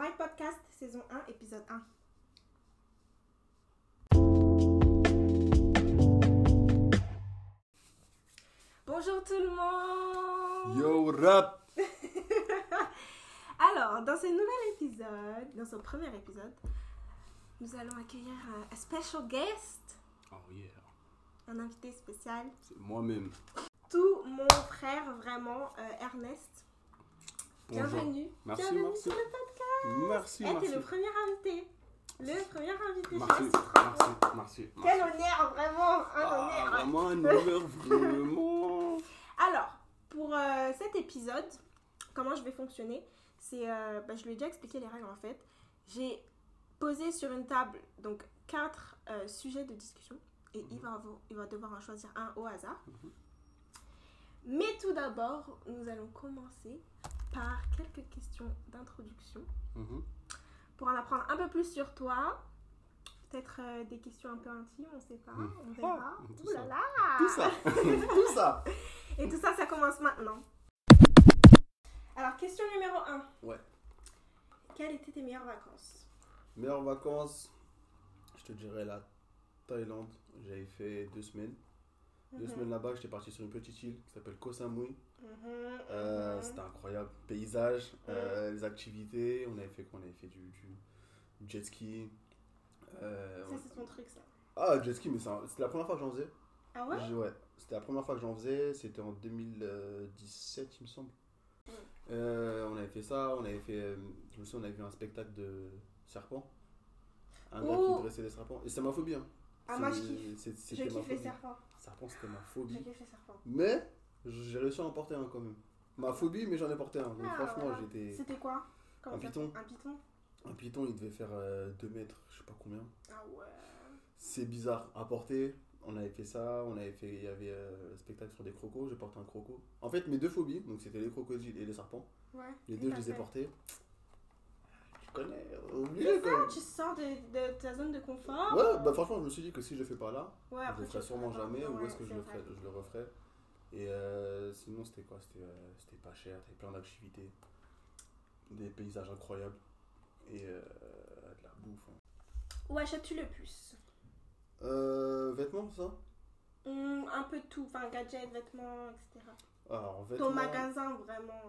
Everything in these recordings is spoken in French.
Drive Podcast, saison 1, épisode 1. Bonjour tout le monde. Yo rap. Alors, dans ce nouvel épisode, dans ce premier épisode, nous allons accueillir un special guest, Oh yeah. un invité spécial. C'est moi-même. Tout mon frère, vraiment, Ernest. Bonjour. Bienvenue. Merci, Bienvenue merci. sur le podcast. Merci, T'es merci. le premier invité. Le premier invité. Merci, Je sais pas si tu te rends compte. merci. Quel honneur, vraiment, un honneur. Vraiment un honneur, vraiment. Alors, pour cet épisode, comment je vais fonctionner, c'est, je lui ai déjà expliqué les règles en fait. J'ai posé sur une table donc 4 sujets de discussion et il va devoir en choisir un au hasard. Mais tout d'abord, nous allons commencer par quelques questions d'introduction pour en apprendre un peu plus sur toi. Peut-être des questions un peu intimes, on ne sait pas, on verra. tout Ouh là ça. là. Tout ça, tout ça. Et tout ça, ça commence maintenant. Alors, question numéro 1. Ouais. Quelles étaient tes meilleures vacances? Meilleures vacances, je te dirais la Thaïlande. J'avais fait 2 semaines. 2 semaines là-bas, j'étais parti sur une petite île qui s'appelle Koh Samui. C'était incroyable. Paysage, les activités. On avait fait quoi? On avait fait du jet ski. Ça, c'est ton truc, ça. Ah, jet ski, mais c'était la première fois que j'en faisais. Ah ouais? Ouais, c'était la première fois que j'en faisais. C'était en 2017, il me semble. On avait fait ça. On avait fait. Je me souviens, on avait vu un spectacle de serpents. Un gars qui dressait des serpents. Et c'était ma phobie. Hein. Ah, moi, je kiffe. C'était Je ma kiffe les phobie. serpents. Serpent, c'était ma phobie. Je kiffe les serpents. Mais j'ai réussi à en porter un quand même. Ma phobie, mais j'en ai porté un. Donc Ah, franchement, voilà. j'étais. C'était quoi? Comment Un ça python. Un python? Un python, il devait faire 2 mètres, je sais pas combien. Ah ouais. C'est bizarre à porter. On avait fait ça, il y avait un spectacle sur des crocos, j'ai porté un croco. En fait, mes 2 phobies, donc c'était les crocodiles et les serpents. Ouais. Les tout 2, à je les ai fait. portés. Je connais, C'est obligé ça, quand même. tu sors de ta zone de confort. Ouais, bah franchement, je me suis dit que si je le fais pas là, Ouais, je après, le ferai tu sûrement feras jamais, pas. ou Ouais, est-ce que c'est vrai. je le referai. Et sinon, c'était quoi? C'était pas cher, t'avais plein d'activités, des paysages incroyables et de la bouffe. Hein. Où achètes-tu le plus? Vêtements, ça? Un peu de tout, enfin gadgets, vêtements, etc. Alors, vêtements. Ton magasin, vraiment.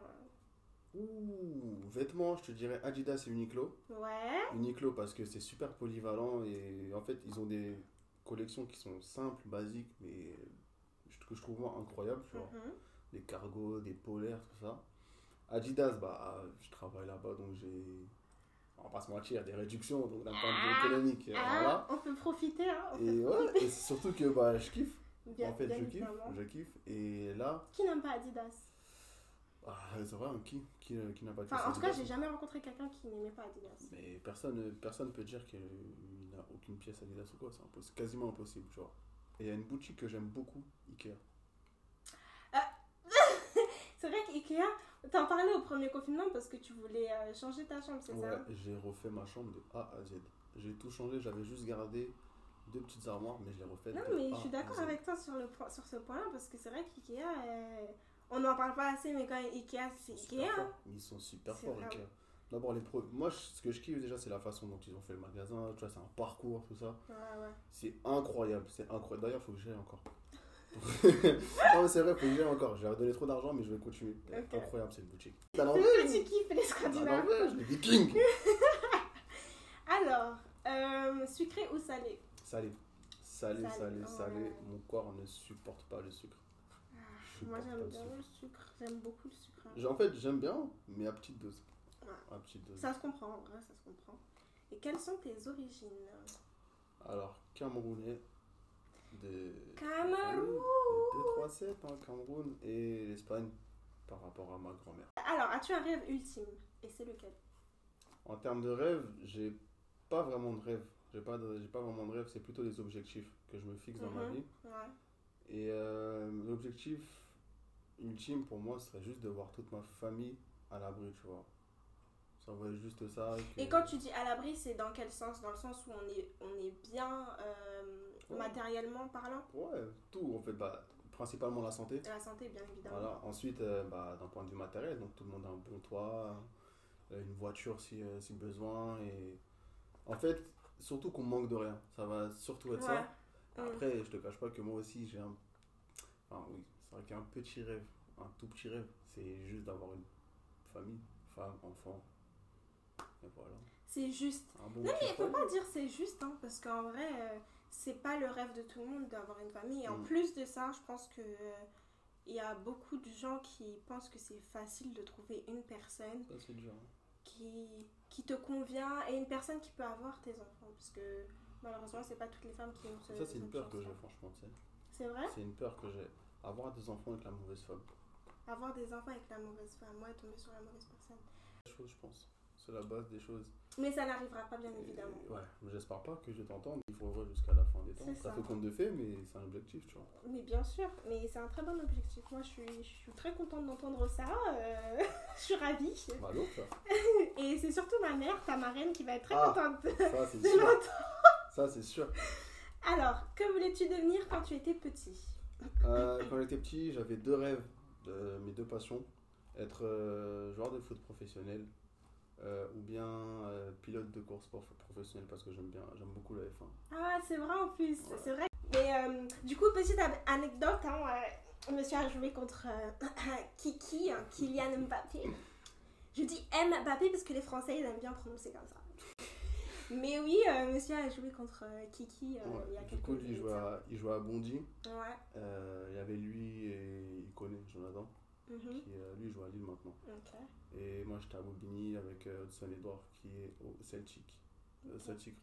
Vêtements, je te dirais Adidas et Uniqlo. Ouais. Uniqlo parce que c'est super polyvalent et en fait, ils ont des collections qui sont simples, basiques, mais que je trouve moi incroyables, tu vois. Des cargos, des polaires, tout ça. Adidas, bah, je travaille là-bas donc j'ai. On va pas se mentir, des réductions, donc d'un point de vue économique. Voilà. On peut profiter, hein. Et ouais, et surtout que bah, je kiffe. Bien, En fait, bien je kiffe, évidemment. je kiffe. Et là, Qui n'aime pas Adidas? c'est vrai, qui n'a pas de Enfin, en tout cas, Adidas, j'ai jamais rencontré quelqu'un qui n'aimait pas Adidas. mais personne peut dire qu'il n'a aucune pièce Adidas ou quoi, c'est quasiment impossible, tu vois. Et il y a une boutique que j'aime beaucoup, Ikea. C'est vrai qu'IKEA, t'en parlais au premier confinement parce que tu voulais changer ta chambre, c'est Ouais, ça? j'ai refait ma chambre de A à Z. J'ai tout changé, j'avais juste gardé 2 petites armoires, mais je l'ai refait. Non, de mais A je suis à d'accord Z. avec toi sur ce point-là parce que c'est vrai qu'IKEA, on n'en parle pas assez, mais quand même, IKEA, c'est Super IKEA. fort. Ils sont super C'est forts, vrai. Ikea. D'abord, moi, ce que je kiffe déjà, c'est la façon dont ils ont fait le magasin. Tu vois, c'est un parcours, tout ça. Ouais, ouais. C'est incroyable, c'est incroyable. D'ailleurs, il faut que j'y aille encore. Non, mais c'est vrai, il faut que j'y aille encore. J'ai redonné trop d'argent, mais je vais continuer. Ok. Incroyable, cette boutique. Tu kiffes les Scandinaves. Les Vikings. Alors, sucré ou salé? Salé. Salé, Salé, salé, ouais. salé. Mon corps ne supporte pas le sucre. Je Moi, supporte j'aime pas bien le le sucre. J'aime beaucoup le sucre. En fait, j'aime bien, mais à petite dose. Ouais. À petite dose. Ça se comprend, en vrai, ça se comprend. Et quelles sont tes origines? Alors, Camerounais. Cameroun. 2-3-7, hein, Cameroun. Et l'Espagne, par rapport à ma grand-mère. Alors, as-tu un rêve ultime? Et c'est lequel? En termes de rêve, j'ai pas vraiment de rêve. J'ai pas vraiment de rêve, c'est plutôt des objectifs que je me fixe dans ma vie. Ouais. Et l'objectif ultime pour moi serait juste de voir toute ma famille à l'abri, tu vois. Ça va être juste ça. Et quand tu dis à l'abri, c'est dans quel sens? Dans le sens où on est bien Ouais. matériellement parlant? Ouais, tout en fait, bah, principalement la santé. La santé, bien évidemment. Voilà. Ensuite, d'un point de vue matériel, donc tout le monde a un bon toit, une voiture si besoin. Et en fait, surtout qu'on manque de rien. Ça va surtout être ça. Après, je te cache pas que moi aussi, j'ai un. Enfin, oui, c'est vrai qu'il y a un petit rêve, un tout petit rêve. C'est juste d'avoir une famille, femme, enfant. Et voilà. C'est juste. Bon Non, mais il faut pas dire c'est juste, hein, parce qu'en vrai, c'est pas le rêve de tout le monde d'avoir une famille. Et en plus de ça, je pense que il y a beaucoup de gens qui pensent que c'est facile de trouver une personne ça, c'est dur. qui te convient et une personne qui peut avoir tes enfants. Parce que malheureusement, c'est pas toutes les femmes qui ont ça, c'est une peur que j'ai, franchement, tu sais. C'est vrai? C'est une peur que j'ai. Avoir des enfants avec la mauvaise femme. Avoir des enfants avec la mauvaise femme, ouais, tomber sur la mauvaise personne. Chose, je pense. C'est la base des choses. Mais ça n'arrivera pas, bien évidemment. Ouais, mais j'espère pas que je t'entende. Il faut heureux jusqu'à la fin des temps. Ça fait compte de fait, mais c'est un objectif, tu vois. Mais bien sûr, mais c'est un très bon objectif. Moi, je suis très contente d'entendre ça. Je suis ravie. Bah, donc, ça. Et c'est surtout ma mère, ta marraine, qui va être très contente ça, c'est de sûr. l'entendre. Ça, c'est sûr. Alors, que voulais-tu devenir quand tu étais petit? Quand j'étais petit, j'avais deux rêves, mes deux passions. Être joueur de foot professionnel ou bien pilote de course professionnel parce que j'aime beaucoup la F1. Ah, c'est vrai en plus, Ouais. c'est vrai. Mais du coup, petite anecdote, hein, monsieur a joué contre Kiki, Kylian Mbappé. Je dis Mbappé parce que les Français, ils aiment bien prononcer comme ça. Mais oui, monsieur a joué contre Kiki il y a quelques minutes. Du coup, il jouait à Bondy. Ouais. Il y avait lui et il connaît Jonathan. Qui lui joue à Lille maintenant. Okay. Et moi j'étais à Bobigny avec Hudson Edouard qui est au Celtic. Celtic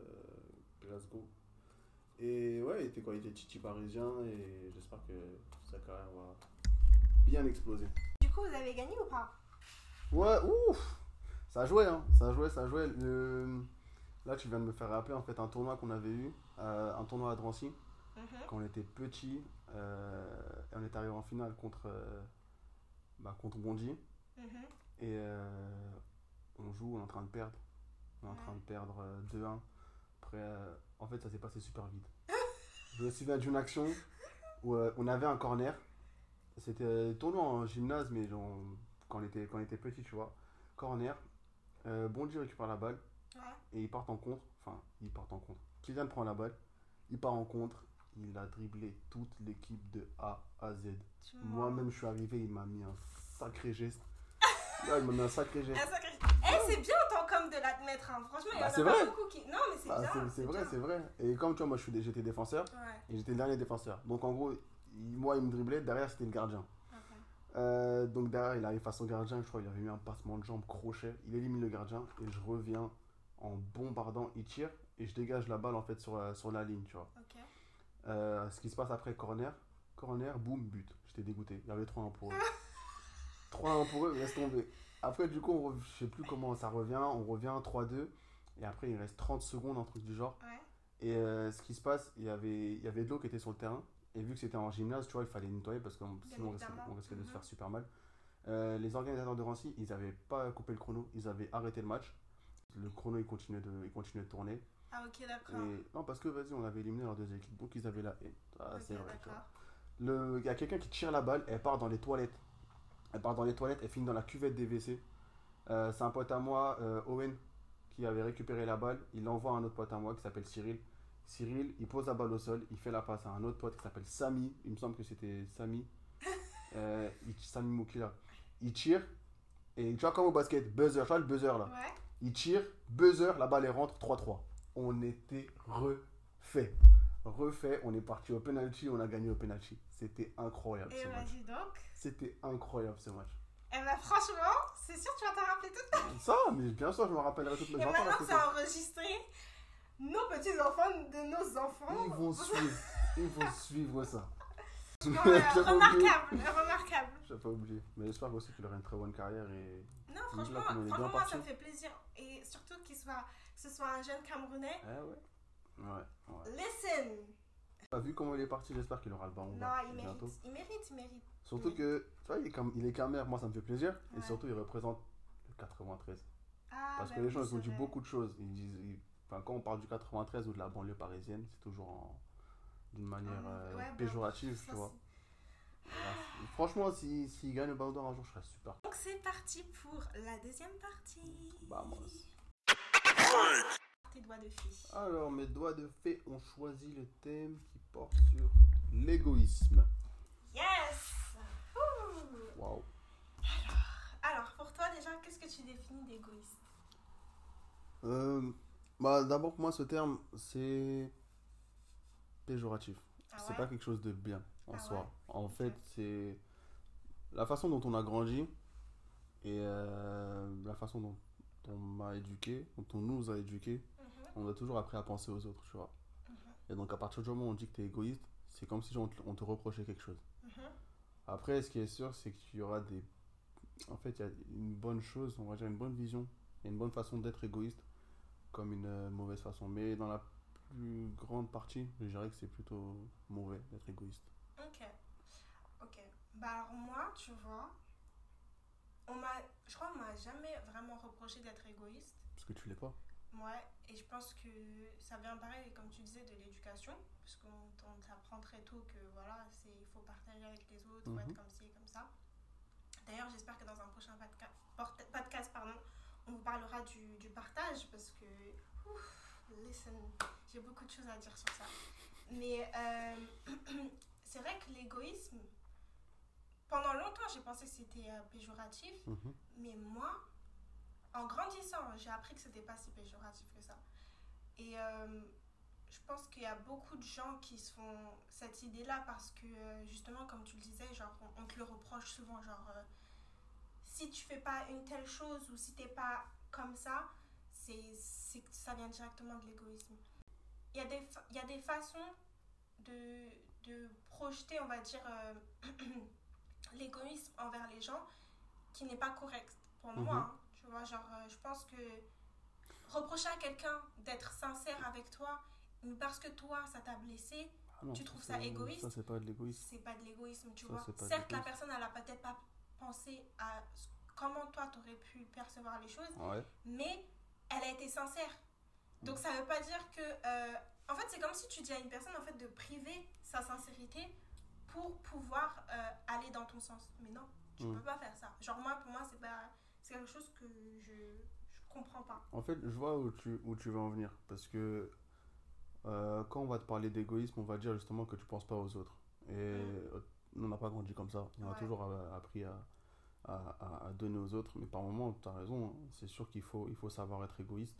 Glasgow. Et ouais, il était titi parisien et j'espère que sa carrière va bien exploser. Du coup, vous avez gagné ou pas? Ouais, ouf! Ça jouait, hein. Ça jouait. Là, tu viens de me faire rappeler en fait un tournoi qu'on avait eu, un tournoi à Drancy, quand on était petit. Et on est arrivé en finale contre Bondy. Et on joue, on est en train de perdre. On est en train de perdre 2-1. Après, en fait, ça s'est passé super vite. Je me souviens d'une action où on avait un corner. C'était tournoi en gymnase, mais genre, quand on était petit, tu vois. Corner. Bondy récupère la balle. Et ils partent en contre. Kylian prend la balle. Il part en contre. Il a dribblé toute l'équipe de A à Z. Moi-même, je suis arrivé, il m'a mis un sacré geste. Là, il m'a mis un sacré geste. C'est bien autant comme de l'admettre, hein. Franchement, il y en a pas beaucoup qui. Non, mais c'est bien. C'est vrai. Et comme tu vois, moi, j'étais défenseur. Et j'étais le dernier défenseur. Donc, en gros, moi, il me driblait. Derrière, c'était le gardien. Donc, derrière, il arrive face au gardien. Je crois qu'il avait mis un passement de jambe crochet. Il élimine le gardien. Et je reviens en bombardant. Il tire. Et je dégage la balle, en fait, sur la ligne, tu vois. Ce qui se passe après, corner, boum, but. J'étais dégoûté. Il y avait 3-1 pour eux. 3-1 pour eux, laisse tomber. Après, du coup, je sais plus comment ça revient. On revient 3-2. Et après, il reste 30 secondes, un truc du genre. Et ce qui se passe, il y avait de l'eau qui était sur le terrain. Et vu que c'était en gymnase, tu vois, il fallait nettoyer parce que sinon on risquait de se faire super mal. Les organisateurs de Rancy, ils n'avaient pas coupé le chrono. Ils avaient arrêté le match. Le chrono, il continuait de tourner. Ah, ok, d'accord. Non, parce que, vas-y, on avait éliminé leurs deux équipes. Donc, ils avaient la haine. C'est vrai. Il y a quelqu'un qui tire la balle. Elle part dans les toilettes. Elle finit dans la cuvette des WC. C'est un pote à moi, Owen, qui avait récupéré la balle. Il l'envoie à un autre pote à moi qui s'appelle Cyril. Cyril, il pose la balle au sol. Il fait la passe à un autre pote qui s'appelle Samy. Il me semble que c'était Samy. Samy Moukila. Il tire. Et tu vois, comme au basket, buzzer. Tu vois le buzzer là. Il tire, buzzer, la balle elle rentre, 3-3. On était refait. On est parti au penalty, on a gagné au penalty. C'était incroyable ce match. C'était incroyable ce match. Eh ben franchement, c'est sûr tu vas t'en rappeler toute ça, mais bien sûr je me rappellerai toutes mes enfants. Et maintenant que c'est enregistré, nos petits-enfants de nos enfants... Ils vont suivre ça. Non, remarquable. J'ai pas oublié. Mais j'espère aussi qu'il aura une très bonne carrière. Et non, franchement moi ça me fait plaisir. Et surtout que ce soit un jeune Camerounais. Ouais. Listen. T'as vu comment il est parti? J'espère qu'il aura le ballon. Non, il mérite. Surtout que, tu vois, il est camère, moi ça me fait plaisir. Et surtout, il représente le 93. Parce que les gens, ils ont dit beaucoup de choses. Ils disent, quand on parle du 93 ou de la banlieue parisienne, c'est toujours d'une manière péjorative, tu vois. Franchement, s'il gagne le Ballon d'Or un jour, je serais super. Donc c'est parti pour la deuxième partie. Vamos. Tes doigts de fée. Alors, mes doigts de fée ont choisi le thème qui porte sur l'égoïsme. Yes. Ouh. Waouh. Alors, pour toi déjà, qu'est-ce que tu définis d'égoïste? D'abord, pour moi, ce terme, c'est péjoratif. Ah C'est ouais? pas quelque chose de bien en Ah soi. ouais? En Ok. fait, c'est la façon dont on a grandi et la façon dont on m'a éduqué, dont on nous a éduqués. Mhm, On a toujours appris à penser aux autres, tu vois. mhm, Et donc, à partir du moment où on dit que tu es égoïste, c'est comme si on te reprochait quelque chose. mhm. Après, ce qui est sûr, c'est qu'il y aura des. En fait, il y a une bonne chose, on va dire une bonne vision, et une bonne façon d'être égoïste, comme une mauvaise façon. Mais dans la plus grande partie, je dirais que c'est plutôt mauvais d'être égoïste. Ok, ok. Bah alors moi, tu vois, je crois qu'on m'a jamais vraiment reproché d'être égoïste. Parce que tu l'es pas. Ouais, et je pense que ça vient pareil, comme tu disais, de l'éducation, parce qu'on t'apprend très tôt que voilà, il faut partager avec les autres, faut être comme ci et comme ça. D'ailleurs, j'espère que dans un prochain podcast, on vous parlera du partage, parce que, listen, j'ai beaucoup de choses à dire sur ça. Mais c'est vrai que l'égoïsme, pendant longtemps, j'ai pensé que c'était péjoratif, mais moi, en grandissant, j'ai appris que c'était pas si péjoratif que ça. Et je pense qu'il y a beaucoup de gens qui se font cette idée-là parce que, justement, comme tu le disais, genre, on te le reproche souvent, genre, si tu fais pas une telle chose ou si t'es pas comme ça, ça vient directement de l'égoïsme. Il y a des façons de projeter, on va dire, l'égoïsme envers les gens qui n'est pas correct pour moi. Hein. Tu vois, genre, je pense que reprocher à quelqu'un d'être sincère avec toi, mais parce que toi, ça t'a blessé, Non, tu trouves ça égoïste. Ça, c'est pas de l'égoïsme. C'est pas de l'égoïsme, tu Ça, vois. Certes, la personne, elle a peut-être pas pensé à comment toi, t'aurais pu percevoir les choses, Ouais. mais elle a été sincère. Donc, ça veut pas dire que... en fait, c'est comme si tu dis à une personne, en fait, de priver sa sincérité pour pouvoir aller dans ton sens. Mais non, tu peux pas faire ça. Genre, moi, pour moi, c'est quelque chose que je comprends pas. En fait, je vois où tu veux en venir. Parce que quand on va te parler d'égoïsme, on va dire justement que tu penses pas aux autres. Et on n'a pas grandi comme ça. On a toujours appris à donner aux autres. Mais par moments, tu as raison. C'est sûr qu'il faut savoir être égoïste.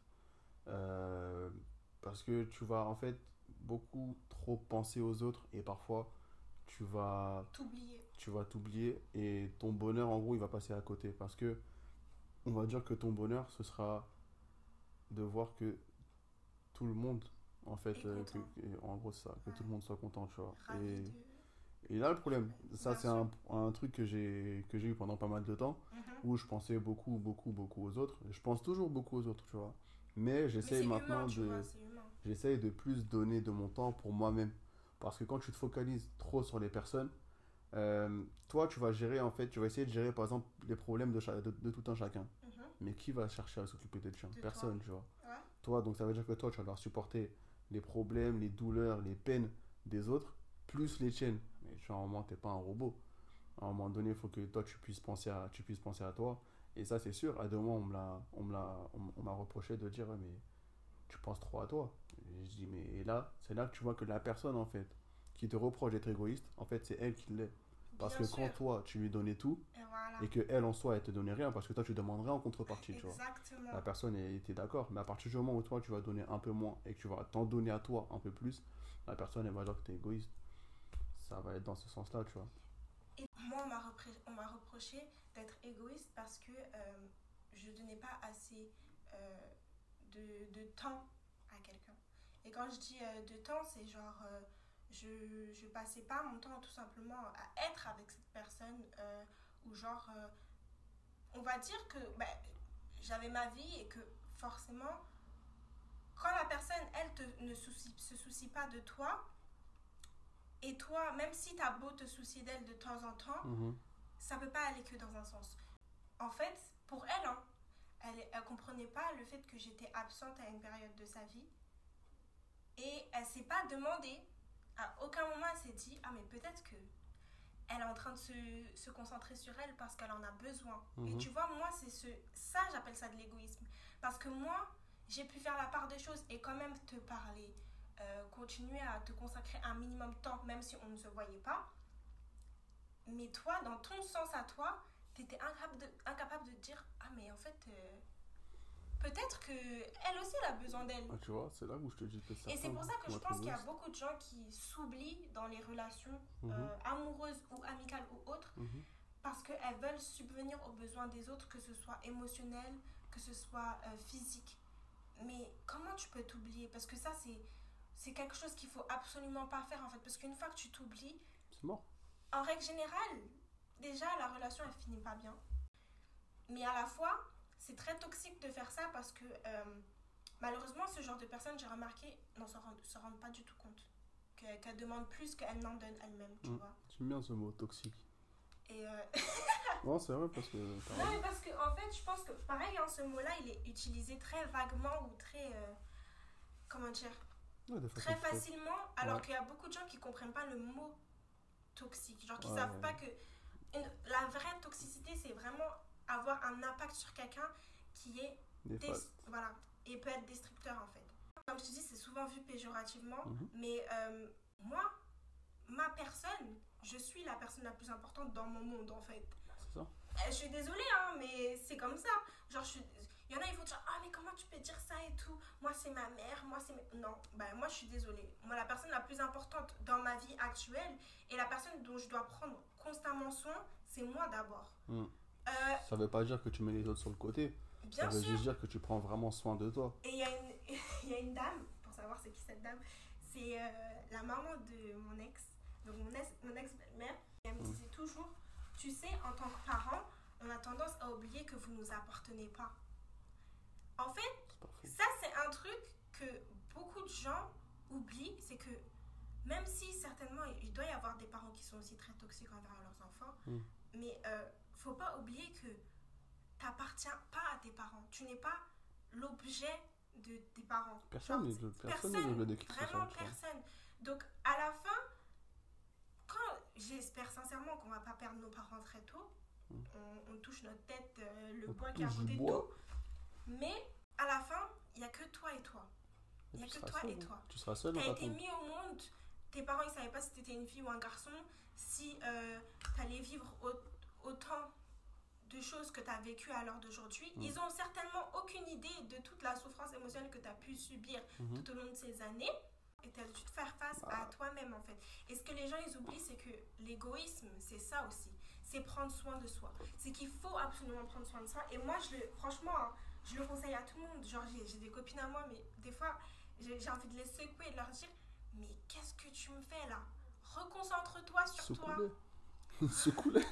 Parce que tu vas en fait beaucoup trop penser aux autres. Et parfois, tu vas t'oublier. Et ton bonheur, en gros, il va passer à côté. Parce que on va dire que ton bonheur, ce sera de voir que tout le monde, en fait, en gros, c'est ça, que tout le monde soit content, tu vois. Et là, le problème, ça, c'est un truc que j'ai eu pendant pas mal de temps, où je pensais beaucoup aux autres. Je pense toujours beaucoup aux autres, tu vois. Mais j'essaye maintenant j'essaye de plus donner de mon temps pour moi-même. Parce que quand tu te focalises trop sur les personnes, toi, tu vas gérer, en fait, tu vas essayer de gérer, par exemple, les problèmes de tout un chacun. Mais qui va chercher à s'occuper des tiens? Personne, tu vois. Ouais. Toi, donc ça veut dire que toi, tu vas devoir supporter les problèmes, les douleurs, les peines des autres, plus les tiennes. Mais tu vois, à un moment, t'es pas un robot. À un moment donné, il faut que toi, tu puisses penser à toi. Et ça, c'est sûr. À deux moments, on m'a reproché de dire, ouais, mais tu penses trop à toi. Et je dis, mais et là, c'est là que tu vois que la personne, en fait, qui te reproche d'être égoïste, en fait, c'est elle qui l'est. Parce que quand toi, tu lui donnais tout, et que elle en soi, elle te donnait rien, parce que toi, tu demanderais en contrepartie, tu vois. La personne était d'accord, mais à partir du moment où toi, tu vas donner un peu moins et que tu vas t'en donner à toi un peu plus, la personne, elle va dire que tu es égoïste. Ça va être dans ce sens-là, tu vois. Et moi, on m'a reproché d'être égoïste parce que je donnais pas assez de temps à quelqu'un. Et quand je dis de temps, c'est genre... je passais pas mon temps tout simplement à être avec cette personne ou genre on va dire que j'avais ma vie et que forcément quand la personne elle se soucie pas de toi et toi même si t'as beau te soucier d'elle de temps en temps ça peut pas aller que dans un sens. En fait pour elle elle comprenait pas le fait que j'étais absente à une période de sa vie et elle s'est pas demandé. À aucun moment elle s'est dit ah mais peut-être que elle est en train de se concentrer sur elle parce qu'elle en a besoin. Et Mhm. tu vois, moi, ça, j'appelle ça de l'égoïsme. Parce que moi, j'ai pu faire la part des choses et quand même te parler, continuer à te consacrer un minimum de temps, même si on ne se voyait pas. Mais toi, dans ton sens à toi, tu étais incapable de dire, ah mais en fait, peut-être qu'elle aussi, elle a besoin d'elle. Ah, tu vois, c'est là où je te dis que Et c'est pour ça que je être pense qu'il y a égoïste. beaucoup de gens qui s'oublient dans les relations Mhm. amoureuses ou amicales ou autres Mhm. parce qu'elles veulent subvenir aux besoins des autres, que ce soit émotionnel, que ce soit physique. Mais comment tu peux t'oublier? Parce que ça, c'est quelque chose qu'il faut absolument pas faire en fait. Parce qu'une fois que tu t'oublies, C'est mort. en règle générale, déjà la relation elle finit pas bien. Mais à la fois, c'est très toxique de faire ça parce que malheureusement, ce genre de personnes, j'ai remarqué, ne se rendent pas du tout compte. Qu'elles demandent plus qu'elles n'en donnent elles-mêmes, tu vois. J'aime bien ce mot toxique. Et Non, c'est vrai parce que t'as non, raison. mais parce que en fait, je pense que pareil, hein, ce mot-là, il est utilisé très vaguement ou très. Comment dire? Ouais, de façon Très facilement, alors Ouais. qu'il y a beaucoup de gens qui comprennent pas le mot toxique. Genre, qui Ouais, savent ouais. pas que. La vraie toxicité, c'est vraiment avoir un impact sur quelqu'un qui est. Néfaste. Voilà. Et peut être destructeur, en fait. Comme je te dis, c'est souvent vu péjorativement, Mhm. mais moi, ma personne, je suis la personne la plus importante dans mon monde, en fait. C'est ça. Je suis désolée, hein, mais c'est comme ça. Genre, il y en a, ils vont dire, ah, mais comment tu peux dire ça et tout? Moi, c'est ma mère, moi, c'est... Non, ben, moi, je suis désolée. Moi, la personne la plus importante dans ma vie actuelle et la personne dont je dois prendre constamment soin, c'est moi d'abord. Mm. Euh, Ça veut pas dire que tu mets les autres sur le côté. Ça bien veut sûr. juste dire que tu prends vraiment soin de toi. Et il y a il y a une dame, pour savoir c'est qui cette dame, c'est la maman de mon ex, donc mon ex-belle-mère. Elle me disait toujours, tu sais, en tant que parent, on a tendance à oublier que vous nous appartenez pas. En fait, C'est pas faux. ça c'est un truc que beaucoup de gens oublient, c'est que même si certainement il doit y avoir des parents qui sont aussi très toxiques envers leurs enfants, mais faut pas oublier que t'appartiens pas à tes parents. Tu n'es pas l'objet de tes parents. Personne n'est l'objet de qui que ce soit. Vraiment tu vois. personne. Donc à la fin, quand j'espère sincèrement qu'on va pas perdre nos parents très tôt, on touche notre tête, le On bois qui est à touche du côté de bois. nous. Mais à la fin, il n'y a que toi et toi. Et Il n'y a tu que seras toi seul, et hein. toi. Tu seras seul dans Tu ta as été tombe. mis au monde, tes parents ils savaient pas si tu étais une fille ou un garçon, si tu allais vivre autant de choses que tu as vécues à l'heure d'aujourd'hui. Ils ont certainement aucune idée de toute la souffrance émotionnelle que tu as pu subir tout au long de ces années. Et tu as dû te faire face à toi-même en fait. Et ce que les gens ils oublient, c'est que l'égoïsme, c'est ça aussi. C'est prendre soin de soi. C'est qu'il faut absolument prendre soin de soi. Et moi, franchement, hein, je le conseille à tout le monde. Genre, j'ai des copines à moi, mais des fois, j'ai envie de les secouer et de leur dire, mais qu'est-ce que tu me fais là? Reconcentre-toi sur toi. Se couler.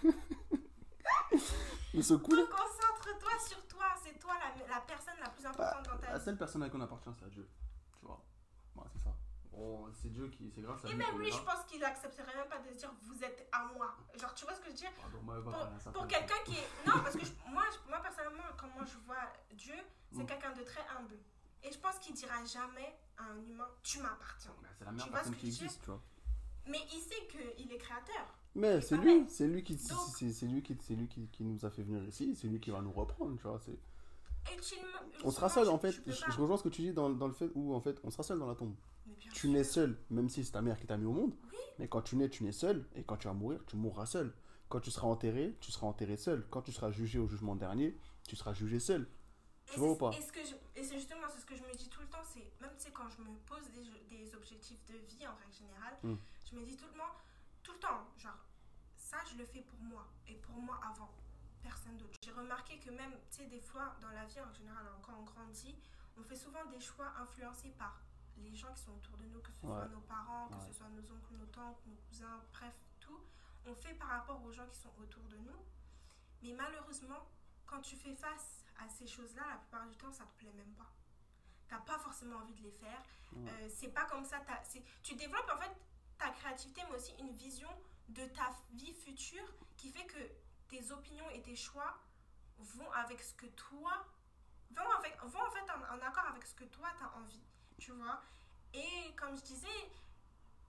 Se couler. Reconcentre-toi sur toi. C'est toi la personne la plus importante dans ta La vie. seule personne à qui on appartient, c'est à Dieu. Tu vois. Ouais, c'est ça. Bon, c'est Dieu qui. C'est grâce à Et lui. même qu'on lui, est là. je pense qu'il accepterait même pas de se dire vous êtes à moi. Genre, tu vois ce que je veux dire? Pardon, moi, elle va parler à ça, Pour comme quelqu'un ça. qui est. Non, parce que moi personnellement, comment je vois Dieu, c'est quelqu'un de très humble. Et je pense qu'il dira jamais à un humain tu m'appartiens. Bah, c'est la meilleure Tu vois personne ce que qui je veux dire? existe, tu vois. Mais il sait qu'il est créateur. Mais Et c'est pareil. lui, c'est lui qui, Donc- c'est lui qui nous a fait venir ici, c'est lui qui va nous reprendre, tu vois. On sera Ultimement, seul en fait. tu peux Je pas. rejoins ce que tu dis dans le fait où en fait on sera seul dans la tombe. Mais bien Tu sûr. nais seul, même si c'est ta mère qui t'a mis au monde. Oui. Mais quand tu nais seul, et quand tu vas mourir, tu mourras seul. Quand tu seras enterré seul. Quand tu seras jugé au jugement dernier, tu seras jugé seul. Tu vois ou pas? Et c'est justement c'est ce que je me dis tout le temps, c'est même tu sais quand je me pose des objectifs de vie en règle générale, je me dis tout le temps, genre ça je le fais pour moi et pour moi avant personne d'autre. J'ai remarqué que même tu sais des fois dans la vie en général quand on grandit, on fait souvent des choix influencés par les gens qui sont autour de nous, que ce soit nos parents, que ce soit nos oncles, nos tantes, nos cousins, bref tout. On fait par rapport aux gens qui sont autour de nous. Mais malheureusement, quand tu fais face à ces choses-là, la plupart du temps, ça te plaît même pas. T'as pas forcément envie de les faire. C'est pas comme ça. Tu développes en fait ta créativité, mais aussi une vision de ta vie future qui fait que tes opinions et tes choix vont avec ce que toi... vont en fait en accord avec ce que toi, t'as envie. Tu vois? Et comme je disais,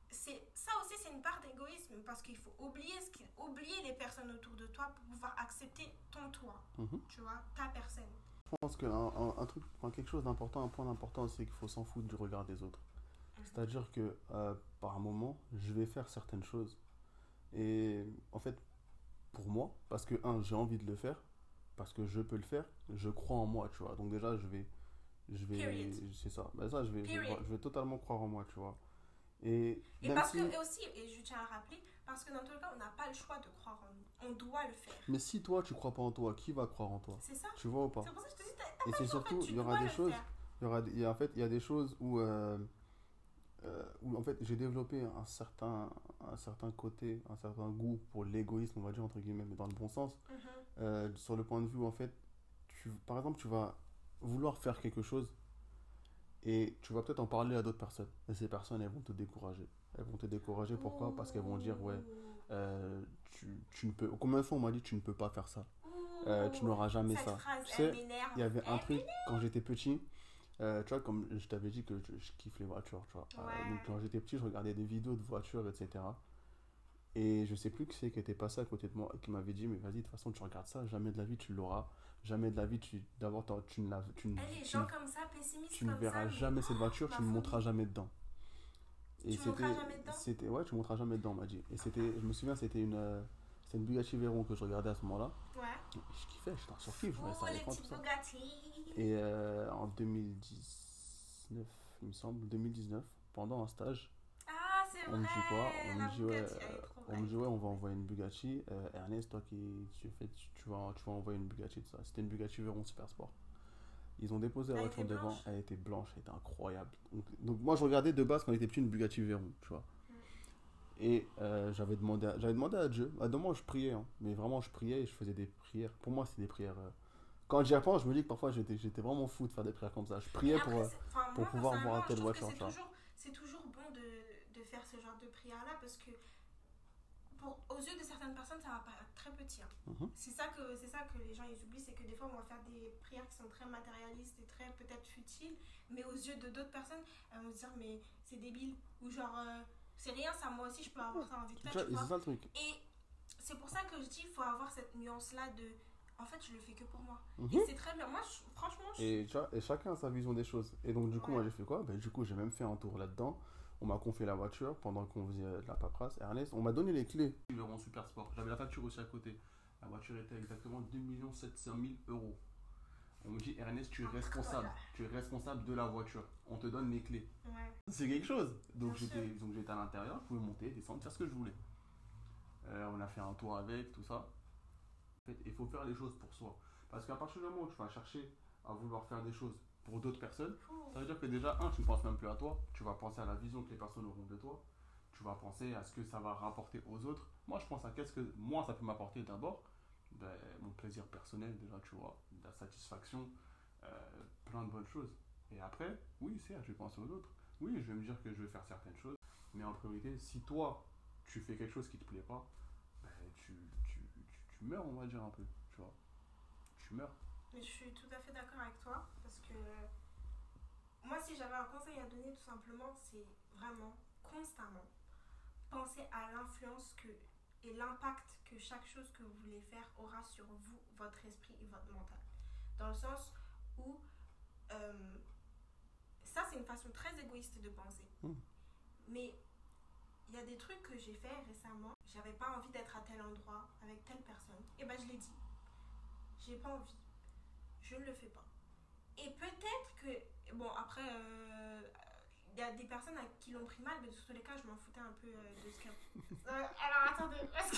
ça aussi, c'est une part d'égoïsme parce qu'il faut oublier les personnes autour de toi pour pouvoir accepter ton toi, tu vois, ta personne. Je pense un truc, enfin, quelque chose d'important, un point d'important, c'est qu'il faut s'en foutre du regard des autres. C'est-à-dire que par moment, je vais faire certaines choses. Et en fait, pour moi, parce que, j'ai envie de le faire, parce que je peux le faire, je crois en moi, tu vois. Donc déjà, Period. c'est ça. Ben ça, Period. je vais totalement croire en moi, tu vois. Et Et même parce si, que, et aussi, et je tiens à rappeler, parce que dans tous les cas, on n'a pas le choix de croire en nous. On doit le faire. mais si toi, tu crois pas en toi, qui va croire en toi? C'est ça. Tu vois ou pas? C'est pour ça que je te dis, Et pas c'est le choix, en fait, surtout, tu il y aura dois des le choses, faire. en fait, il y a des choses où en fait, j'ai développé un certain côté, un certain goût pour l'égoïsme, on va dire, entre guillemets, mais dans le bon sens. Sur le point de vue, en fait, par exemple, tu vas vouloir faire quelque chose et tu vas peut-être en parler à d'autres personnes. Et ces personnes, elles vont te décourager. Elles vont te décourager, pourquoi? Parce qu'elles vont dire, ouais, tu ne peux. Combien de fois on m'a dit, tu ne peux pas faire ça? Tu n'auras jamais Cette ça. phrase, Tu elle sais, m'énerve. il y avait un truc quand j'étais petit. Tu vois, comme je t'avais dit que je kiffe les voitures, tu vois. Ouais. Donc quand j'étais petit, je regardais des vidéos de voitures, etc. Et je sais plus qui c'est qui était passé à côté de moi et qui m'avait dit, mais vas-y, de toute façon, tu regardes ça, jamais de la vie tu l'auras. Jamais de la vie d'abord, tu ne la, Les gens comme ça, pessimistes tu ne comme verras ça, jamais cette voiture, ma tu ne folie. monteras jamais dedans. Et Tu monteras jamais dedans? ouais, tu monteras jamais dedans, on m'a dit. Et je me souviens, c'était une Bugatti Veyron que je regardais à ce moment-là. Ouais. Et je kiffais, j'étais en surkiff, je voyais ça à Les l'écran, petites tout ça. Bugatti. Et en 2019, il me semble, 2019, pendant un stage, Ah, c'est on vrai. me dit quoi? On La me dit ouais, Bugatti, elle est trop on me belle. dit ouais, on va envoyer une Bugatti. Ernest, toi tu vas envoyer une Bugatti, tout ça. C'était une Bugatti Veyron Super Sport. Ils ont déposé la Elle voiture était devant, blanche. elle était blanche, elle était incroyable. Donc moi je regardais de base quand il était petit une Bugatti Veyron, tu vois. Et j'avais demandé à Dieu. À un moment je priais, hein, mais vraiment je priais et je faisais des prières. Pour moi c'est des prières. Quand j'y repense, je me dis que parfois j'étais vraiment fou de faire des prières comme ça. Je priais Après, pour moi, pouvoir voir personnellement, telle je trouve que voiture, tu vois. c'est toujours bon de faire ce genre de prière-là parce que aux yeux de certaines personnes, ça va paraître très petit. Hein. C'est ça que les gens ils oublient, c'est que des fois on va faire des prières qui sont très matérialistes et très peut-être futiles, mais aux yeux de d'autres personnes, elles vont se dire mais c'est débile ou genre c'est rien ça, moi aussi je peux avoir ça envie de faire. Tu vois, c'est ça le truc. Et c'est pour ça que je dis il faut avoir cette nuance-là de en fait je le fais que pour moi. Et c'est très bien. Moi franchement et chacun a sa vision des choses. Et donc du coup moi j'ai fait quoi? Du coup j'ai même fait un tour là-dedans. On m'a confié la voiture pendant qu'on faisait de la paperasse. Ernest, on m'a donné les clés. Le rond super sport. J'avais la facture aussi à côté. La voiture était exactement 2 700 000 euros. On me dit, Ernest, tu es responsable. Tu es responsable de la voiture. On te donne les clés. Ouais. C'est quelque chose. Donc j'étais à l'intérieur, je pouvais monter, descendre, faire ce que je voulais. On a fait un tour avec, tout ça. En fait, il faut faire les choses pour soi. Parce qu'à partir du moment où tu vas chercher à vouloir faire des choses pour d'autres personnes, ça veut dire que déjà, tu ne penses même plus à toi, tu vas penser à la vision que les personnes auront de toi, tu vas penser à ce que ça va rapporter aux autres. Moi, je pense à qu'est-ce que moi, ça peut m'apporter d'abord. Mon plaisir personnel, déjà, tu vois, la satisfaction, plein de bonnes choses. Et après, oui, certes, je vais penser aux autres. Oui, je vais me dire que je vais faire certaines choses. Mais en priorité, si toi, tu fais quelque chose qui te plaît pas, tu meurs, on va dire un peu, tu vois. Tu meurs. Mais je suis tout à fait d'accord avec toi parce que moi si j'avais un conseil à donner tout simplement c'est vraiment constamment penser à l'influence et l'impact que chaque chose que vous voulez faire aura sur vous, votre esprit et votre mental. Dans le sens où ça c'est une façon très égoïste de penser. Mais il y a des trucs que j'ai fait récemment, j'avais pas envie d'être à tel endroit avec telle personne. Et je l'ai dit. J'ai pas envie. Je ne le fais pas. Et peut-être que, bon, après, il y a des personnes qui l'ont pris mal, mais dans tous les cas, je m'en foutais un peu de ce qu'elle. Alors attendez, parce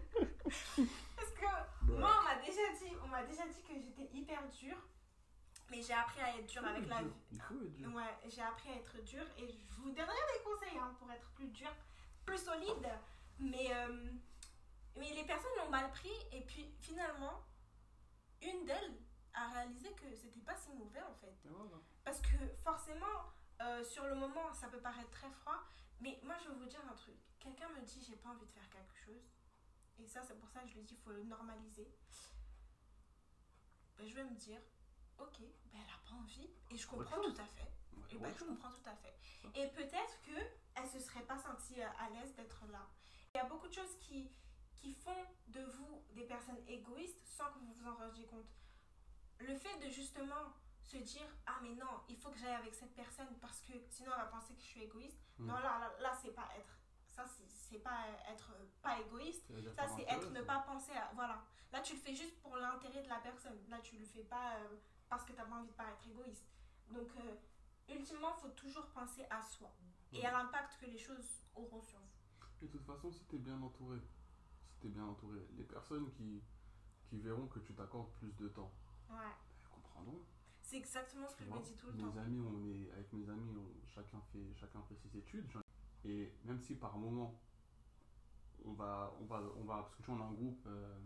que moi, on m'a déjà dit que j'étais hyper dure, mais j'ai appris à être dure avec la vie. Il faut être dur. Ouais, j'ai appris à être dure et je vous donnerai des conseils pour être plus dure, plus solide, mais les personnes l'ont mal pris et puis finalement, une d'elles a réalisé que c'était pas si mauvais en fait. Parce que forcément, sur le moment, ça peut paraître très froid, mais moi je vais vous dire un truc. Quelqu'un me dit j'ai pas envie de faire quelque chose, et ça c'est pour ça que je lui dis il faut le normaliser. Je vais me dire, ok, ben elle n'a pas envie. Et je comprends tout à fait. Et ben, je comprends tout à fait. Et peut-être qu'elle ne se serait pas sentie à l'aise d'être là. Il y a beaucoup de choses qui font de vous des personnes égoïstes sans que vous vous en rendiez compte. Le fait de justement se dire ah mais non, il faut que j'aille avec cette personne parce que sinon elle va penser que je suis égoïste. Non, là c'est pas être. Ça, c'est pas être pas égoïste. Ça, c'est être ne pas penser à. Voilà. Là, tu le fais juste pour l'intérêt de la personne. Là, tu le fais pas parce que tu n'as pas envie de paraître égoïste. Donc, ultimement, il faut toujours penser à soi et à l'impact que les choses auront sur vous. Et de toute façon, si tu es bien entouré, les personnes qui verront que tu t'accordes plus de temps, elles comprendront. C'est exactement ce que je me dis tout le temps. Avec mes amis, chacun fait ses études. Et même si par moment, on va parce que tu vois, on a un groupe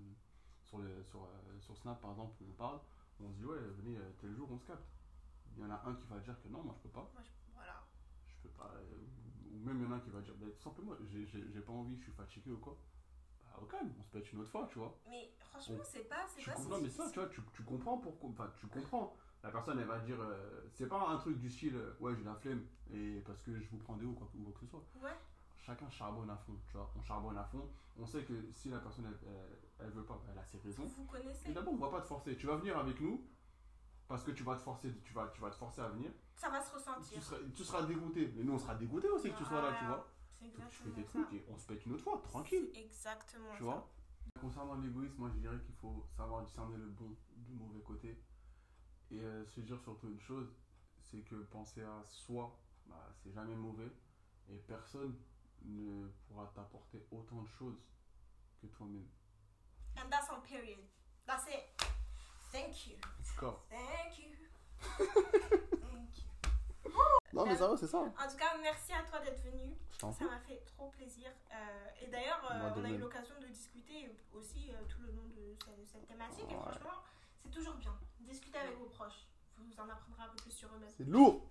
sur Snap par exemple, où on parle, on se dit ouais, venez, tel jour on se capte. Il y en a un qui va dire que non, moi je peux pas. Je peux pas. Ou même il y en a un qui va dire, bah, tout simplement, j'ai pas envie, je suis fatigué ou quoi. Bah, au calme, on se pète une autre fois, tu vois. Mais franchement, c'est pas si non, mais ça, tu vois, tu comprends pourquoi. Enfin, tu comprends. La personne, elle va dire, c'est pas un truc du style, ouais, j'ai la flemme, et parce que je vous prends des hauts, quoi que ce soit. Ouais. Chacun charbonne à fond, tu vois. On charbonne à fond. On sait que si la personne, elle veut pas, elle a ses raisons. Vous connaissez. Et d'abord, on va pas te forcer. Tu vas venir avec nous, parce que tu vas te forcer à venir. Ça va se ressentir. Tu seras dégoûté. Mais nous, on sera dégoûté aussi que tu sois là, tu vois. C'est exactement tu fais des trucs et on se pète une autre fois, tranquille. C'est exactement tu vois. Concernant l'égoïsme, moi je dirais qu'il faut savoir discerner le bon du mauvais côté. Et se dire surtout une chose, c'est que penser à soi, bah, c'est jamais mauvais. Et personne ne pourra t'apporter autant de choses que toi-même. And that's on period. That's it. Thank you. Let's go. Thank you. Thank you. Non, mais ça va, c'est ça. En tout cas, merci à toi d'être venu. Ça m'a fait trop plaisir. Et d'ailleurs, on a eu l'occasion de discuter aussi tout le long de cette thématique. Et franchement, c'est toujours bien. Discuter avec vos proches. Vous en apprendrez un peu plus sur eux-mêmes. C'est lourd.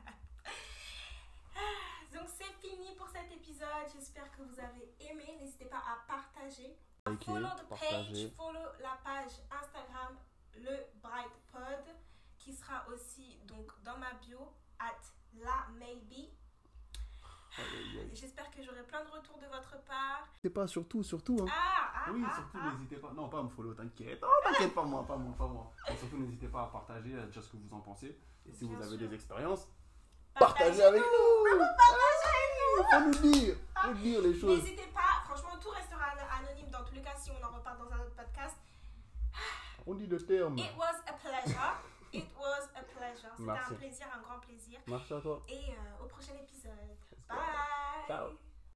Donc, c'est fini pour cet épisode. J'espère que vous avez aimé. N'hésitez pas à partager. Follow the page. Follow la page Instagram, le Bright Pod, qui sera aussi donc dans ma bio, @lamaybe. J'espère que j'aurai plein de retours de votre part. C'est pas surtout. Hein. Surtout n'hésitez pas. Non, pas à me follow, t'inquiète. Oh, t'inquiète, pas moi. Et surtout n'hésitez pas à partager, à dire ce que vous en pensez. Et si vous avez des expériences, partagez avec nous. Faut nous dire les choses. N'hésitez pas, franchement, tout restera anonyme dans tous les cas si on en reparle dans un autre podcast. On dit le terme. It was a pleasure. C'était un plaisir, un grand plaisir. Merci à toi. Et au prochain épisode. Bye. Ciao.